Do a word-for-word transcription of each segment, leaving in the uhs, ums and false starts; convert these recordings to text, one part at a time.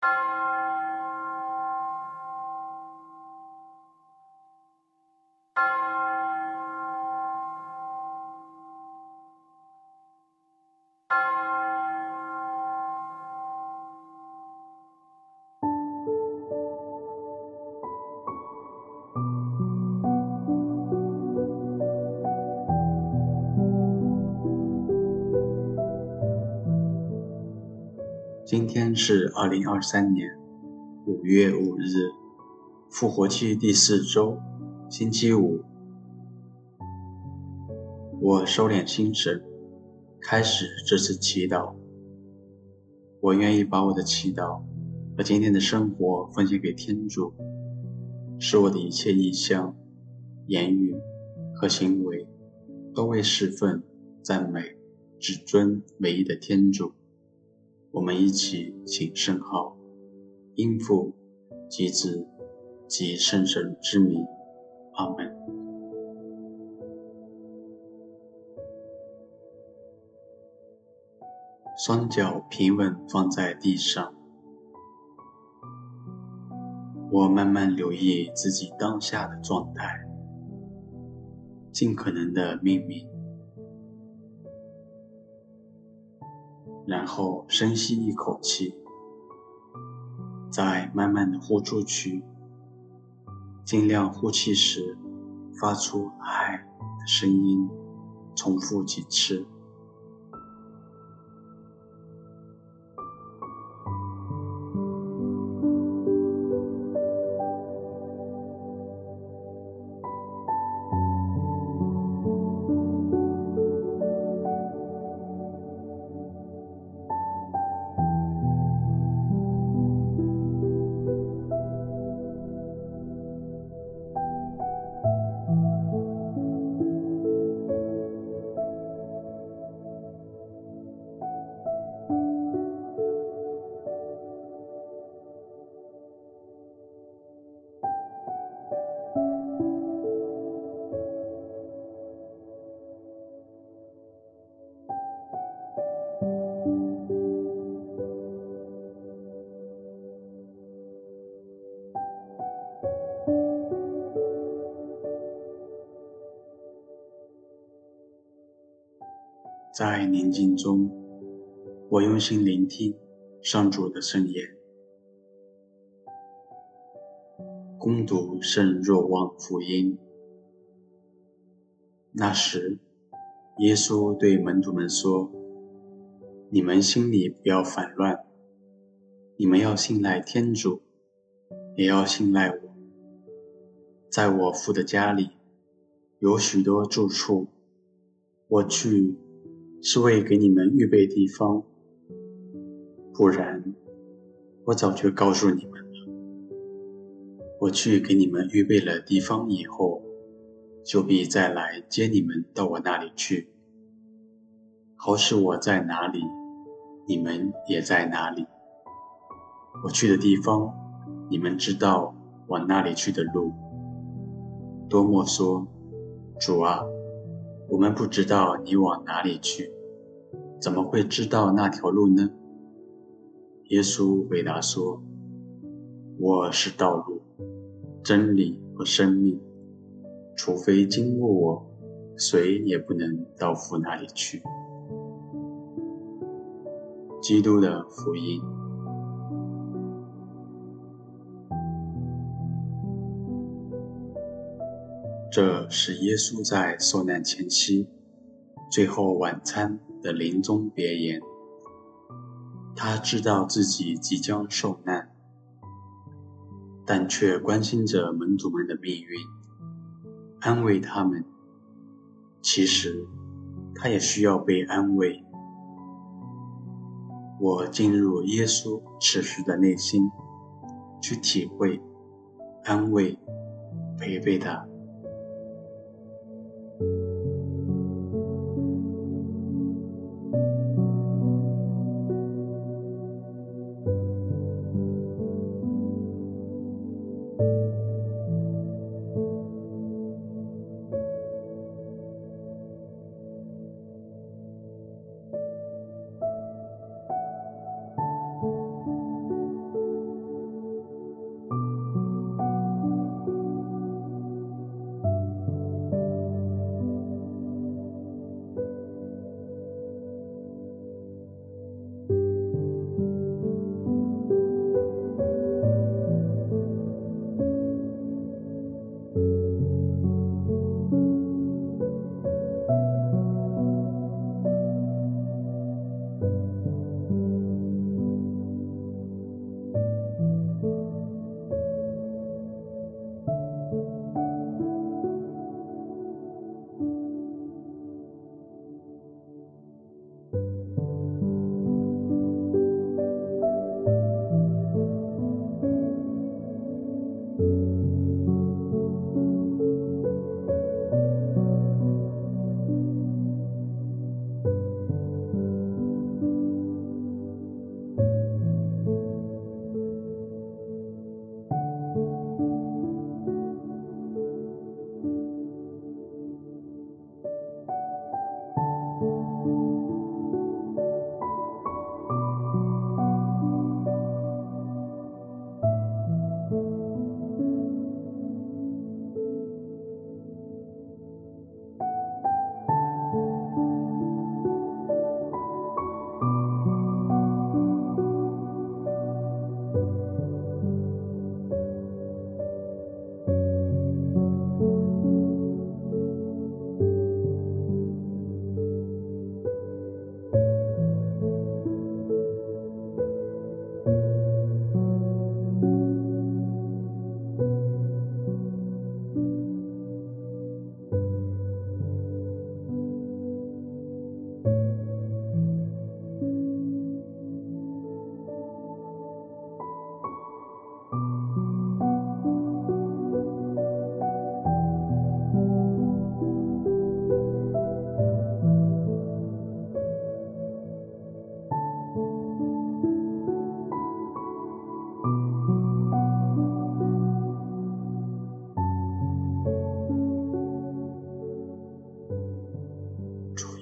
今天是二零二三年五月五日，复活期第四周，星期五。我收敛心神，开始这次祈祷。我愿意把我的祈祷和今天的生活奉献给天主，使我的一切意向、言语和行为都为侍奉、赞美、至尊唯一的天主。我们一起请圣号，因父及子及圣神之名，阿们。双脚平稳放在地上，我慢慢留意自己当下的状态，尽可能的命名，然后深吸一口气，再慢慢的呼出去，尽量呼气时发出唉的声音，重复几次。在宁静中，我用心聆听上主的圣言，恭读圣若望福音。那时，耶稣对门徒们说：“你们心里不要烦乱，你们要信赖天主，也要信赖我。在我父的家里有许多住处，我去是为给你们预备地方，不然我早就告诉你们了。我去给你们预备了地方以后，就必再来接你们到我那里去，好使我在哪里，你们也在哪里。我去的地方，你们知道往那里去的路。”多默说：“主啊，我们不知道你往哪里去，怎么会知道那条路呢？”耶稣回答说：“我是道路、真理和生命，除非经过我，谁也不能到父那里去。”基督的福音。这是耶稣在受难前夕最后晚餐的临终别言。他知道自己即将受难，但却关心着门徒们的命运，安慰他们。其实他也需要被安慰。我进入耶稣此时的内心，去体会、安慰、陪陪他。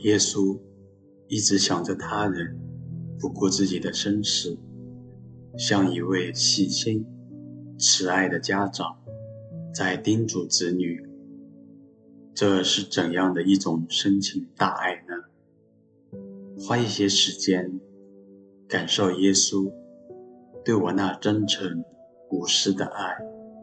耶稣一直想着他人，不顾自己的身世，像一位细心、慈爱的家长在叮嘱子女。这是怎样的一种深情大爱呢？花一些时间感受耶稣对我那真诚无私的爱。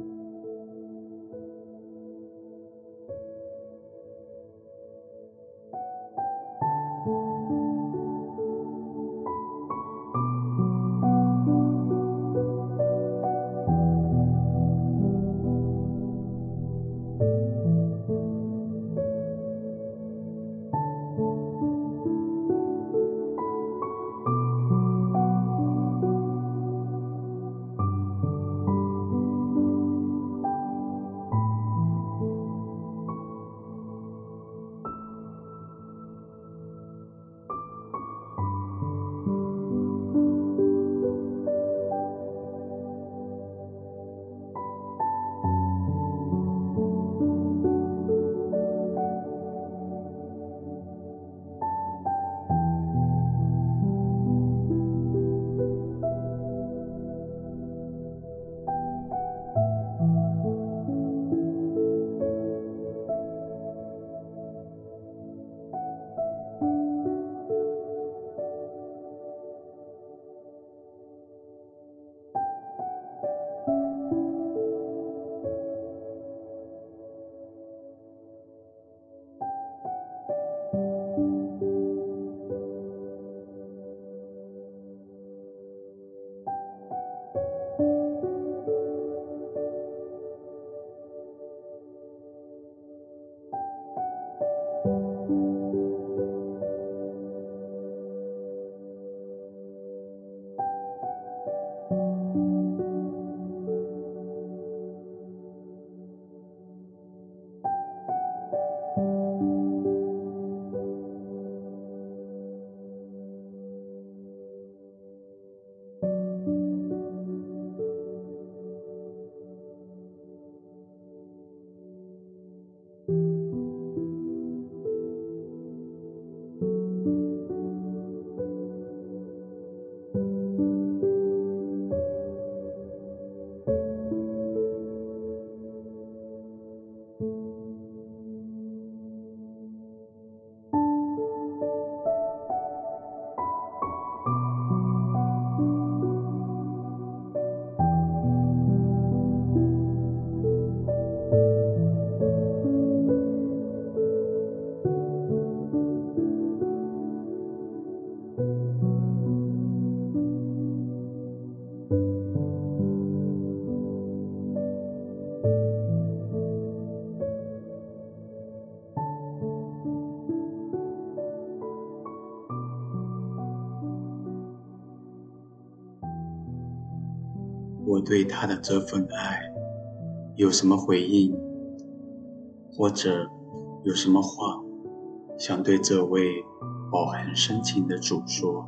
我对他的这份爱有什么回应，或者有什么话想对这位饱含深情的主说？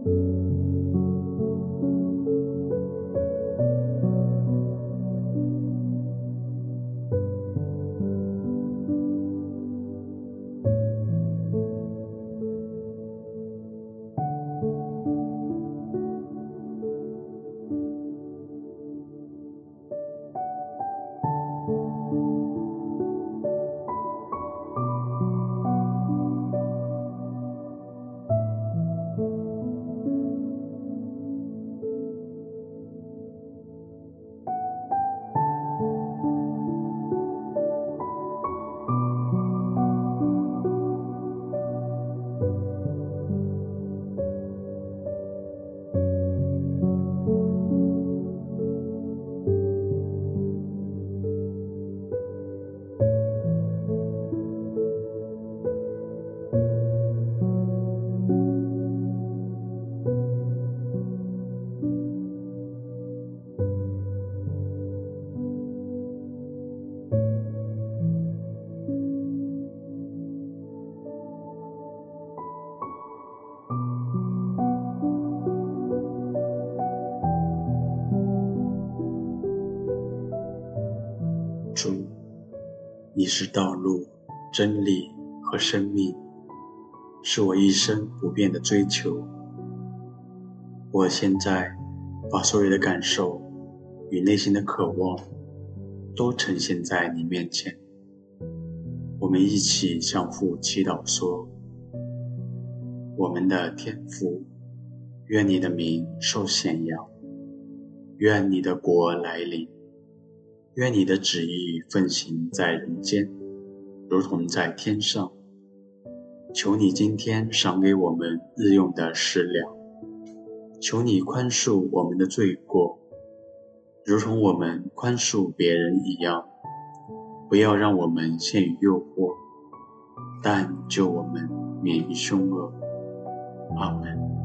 主，你是道路、真理和生命，是我一生不变的追求。我现在把所有的感受与内心的渴望都呈现在你面前。我们一起向父祈祷说：我们的天父，愿你的名受显扬，愿你的国来临，愿你的旨意奉行在人间，如同在天上。求你今天赏给我们日用的食粮，求你宽恕我们的罪过，如同我们宽恕别人一样。不要让我们陷于诱惑，但救我们免于凶恶。阿们。